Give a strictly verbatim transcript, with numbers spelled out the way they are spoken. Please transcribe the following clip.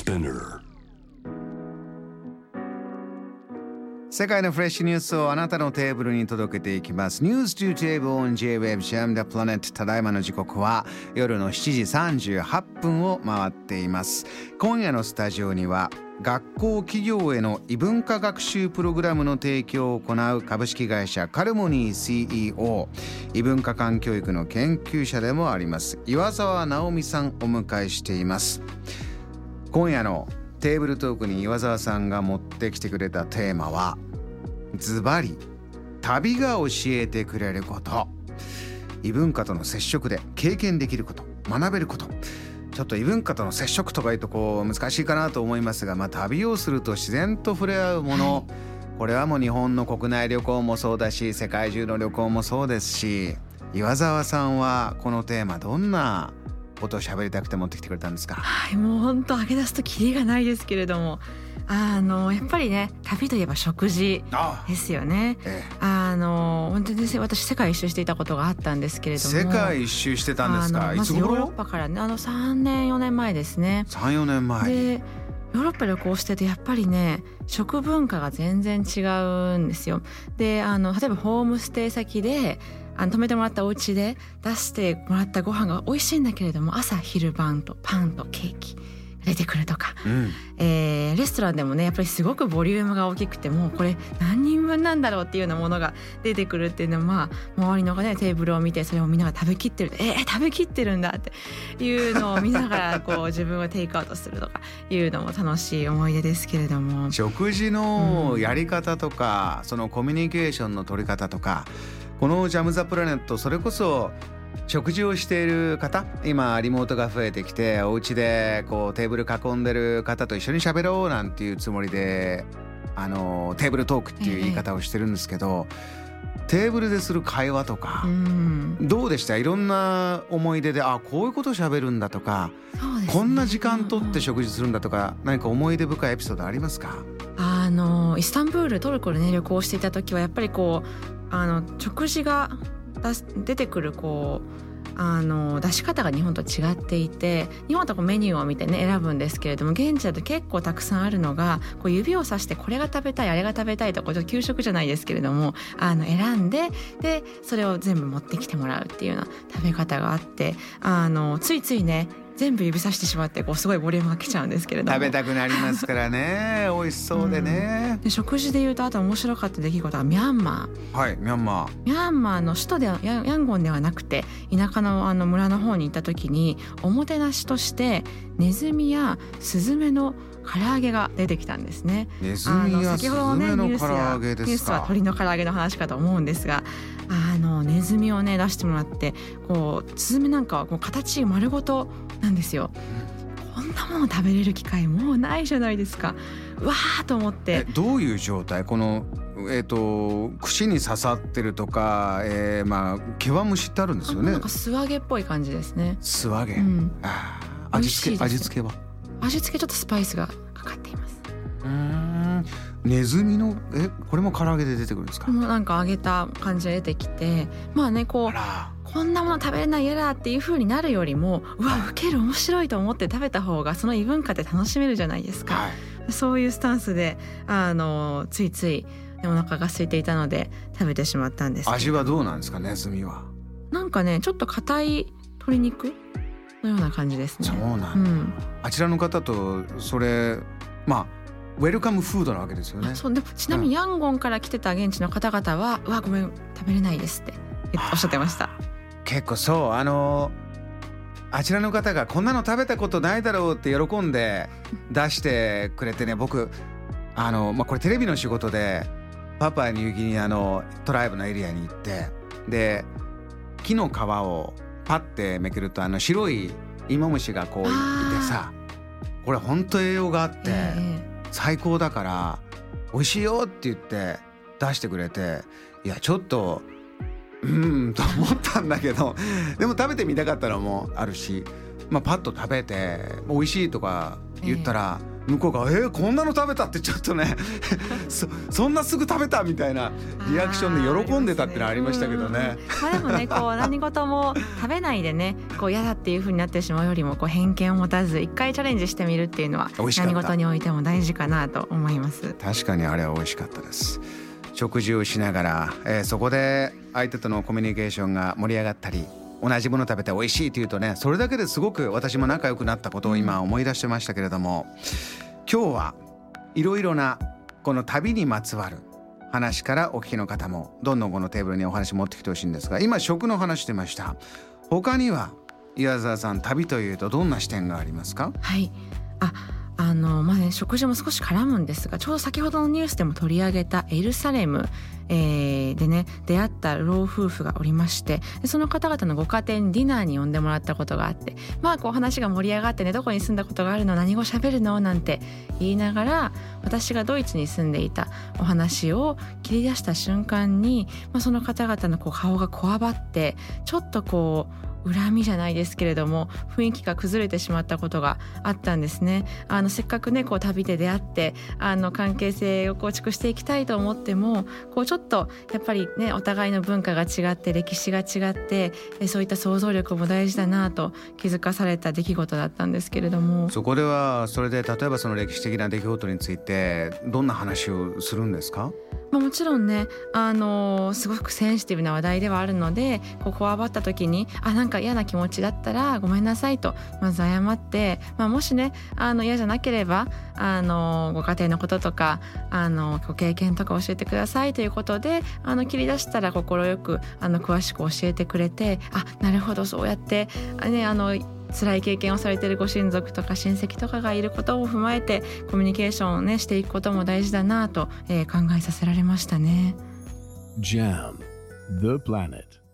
Spinner。 世界のフレッシュニュースをあなたのテーブルに届けていきます。 News to Table on J-Web Jam the Planet。 ただいまの時刻は夜のしちじさんじゅうはっぷんを回っています。今夜のスタジオには学校企業への異文化学習プログラムの提供を行う株式会社カルモニー シーイーオー、 異文化間教育の研究者でもあります岩澤直美さんをお迎えしています。今夜のテーブルトークに岩澤さんが持ってきてくれたテーマはズバリ旅が教えてくれること。異文化との接触で経験できること、学べること。ちょっと異文化との接触とかいうとこう難しいかなと思いますが、まあ、旅をすると自然と触れ合うもの、はい、これはもう日本の国内旅行もそうだし世界中の旅行もそうですし、岩澤さんはこのテーマどんなことを喋りたくて持ってきてくれたんですか？ はい、もう本当上げ出すとキリがないですけれども、あのやっぱりね、旅といえば食事ですよね。あ、ええ、あの本当に私世界一周していたことがあったんですけれども。 世界一周してたんですか？ いつ頃？ヨーロッパからね、あのさんねんよねんまえですね。 さん、よねんまえでヨーロッパ旅行しててやっぱりね、食文化が全然違うんですよ。であの例えばホームステイ先であの泊めてもらったお家で出してもらったご飯が美味しいんだけれども、朝昼晩とパンとケーキ出てくるとか、うん、えー、レストランでもねやっぱりすごくボリュームが大きくて、もうこれ何人分なんだろうっていうようなものが出てくるっていうのは、まあ、周りの、ね、テーブルを見てそれをみんなが食べきってる、えー、食べきってるんだっていうのを見ながらこう自分をテイクアウトするとかいうのも楽しい思い出ですけれども、 食事のやり方とか、うん、そのコミュニケーションの取り方とか、このジャムザプラネット、それこそ食事をしている方、今リモートが増えてきてお家でこうテーブル囲んでる方と一緒に喋ろうなんていうつもりであのテーブルトークっていう言い方をしてるんですけど、ええ、テーブルでする会話とか、うん、どうでした？いろんな思い出で、あ、こういうこと喋るんだとか、そうですね、こんな時間取って食事するんだとか、何か思い出深いエピソードありますか？ あのイスタンブール、トルコでね旅行していた時はやっぱりこうあの食事が出てくるこうあの出し方が日本と違っていて、日本だとこうメニューを見てね選ぶんですけれども、現地だと結構たくさんあるのが、こう指をさしてこれが食べたいあれが食べたいとか、給食じゃないですけれども、あの選んで、でそれを全部持ってきてもらうっていうような食べ方があって、あのついついね全部指さしてしまってこうすごいボリュームが来ちゃうんですけれども、 食べたくなりますからね美味しそうでね、 うん、で食事でいうとあと面白かった出来事はミャンマー。 はい、ミャンマーミャンマーの首都ではヤンゴンではなくて田舎 の, あの村の方に行った時に、おもてなしとしてネズミやスズメの唐揚げが出てきたんですね。 ネズミやスズメの唐揚げですか？ ニュースは鳥の唐揚げの話かと思うんですが、あのネズミをね出してもらって、こうスズメなんかはこう形丸ごとなんですよ。こんなもの食べれる機会もうないじゃないですか。うわーと思って。 えどういう状態？このえー、と串に刺さってるとか、えー、まあ毛は虫ってあるんですよね。 なんか素揚げっぽい感じですね。 素揚げ、うん、あ味付け味付けは味付けちょっとスパイスがかかっています。 うーん、ネズミのえこれも唐揚げで出てくるんですか？ もうなんか揚げた感じで出てきて、まあねこうこんなもの食べれないやだっていう風になるよりも、うわウケる面白いと思って食べた方がその異文化で楽しめるじゃないですか、はい、そういうスタンスであのついついお腹が空いていたので食べてしまったんですけど。 味はどうなんですか？ネズミはなんかねちょっと硬い鶏肉のような感じですね。 そうなんだ、うん、あちらの方とそれまあウェルカムフードなわけですよね。 そうでちなみにヤンゴンから来てた現地の方々は、うん、うわごめん食べれないですっておっしゃってました。 結構そうあのあちらの方がこんなの食べたことないだろうって喜んで出してくれてね、僕あの、まあ、これテレビの仕事でパパニューギニアのトライブのエリアに行って、で木の皮をパッてめくるとあの白い芋虫がこういてさ、これ本当栄養があって最高だから美味しいよって言って出してくれて、いやちょっとうーんと思ったんだけどでも食べてみたかったのもあるし、まあ、パッと食べて美味しいとか言ったら、 向こうが「えー、こんなの食べた」ってちょっとねそ, そんなすぐ食べたみたいなリアクションで喜んでたってのはありましたけどね。 まあ、でもねこう何事も食べないでねこう嫌だっていう風になってしまうよりもこう偏見を持たず一回チャレンジしてみるっていうのは何事においても大事かなと思います。 確かにあれは美味しかったです。食事をしながら、えー、そこで相手とのコミュニケーションが盛り上がったり同じもの食べて美味しいというとねそれだけですごく私も仲良くなったことを今思い出してましたけれども、今日はいろいろなこの旅にまつわる話からお聞きの方もどんどんこのテーブルにお話持ってきてほしいんですが、今食の話してました。他には岩沢さん旅というとどんな視点がありますか？ はいああのまあね、食事も少し絡むんですが、ちょうど先ほどのニュースでも取り上げたエルサレム、えー、でね出会った老夫婦がおりまして、でその方々のご家庭にディナーに呼んでもらったことがあって、まあこう話が盛り上がってね、どこに住んだことがあるの、何語喋るのなんて言いながら、私がドイツに住んでいたお話を切り出した瞬間に、まあ、その方々のこう顔がこわばって、ちょっとこう恨みじゃないですけれども雰囲気が崩れてしまったことがあったんですね。あのせっかくねこう旅で出会ってあの関係性を構築していきたいと思っても、こうちょっとやっぱりねお互いの文化が違って歴史が違って、そういった想像力も大事だなと気づかされた出来事だったんですけれども、 そこではそれで例えばその歴史的な出来事についてどんな話をするんですか？ まあ、もちろんね、あのー、すごくセンシティブな話題ではあるので、こうこわばった時にあなんか嫌な気持ちだったらごめんなさいとまず謝って、まあ、もしねあの嫌じゃなければあのご家庭のこととかあのご経験とか教えてくださいということで、あの切り出したら快くあの詳しく教えてくれて、あなるほどそうやってねあの辛い経験をされているご親族とか親戚とかがいることを踏まえてコミュニケーションをねしていくことも大事だなと、えー、考えさせられましたね。 ジャム The Planet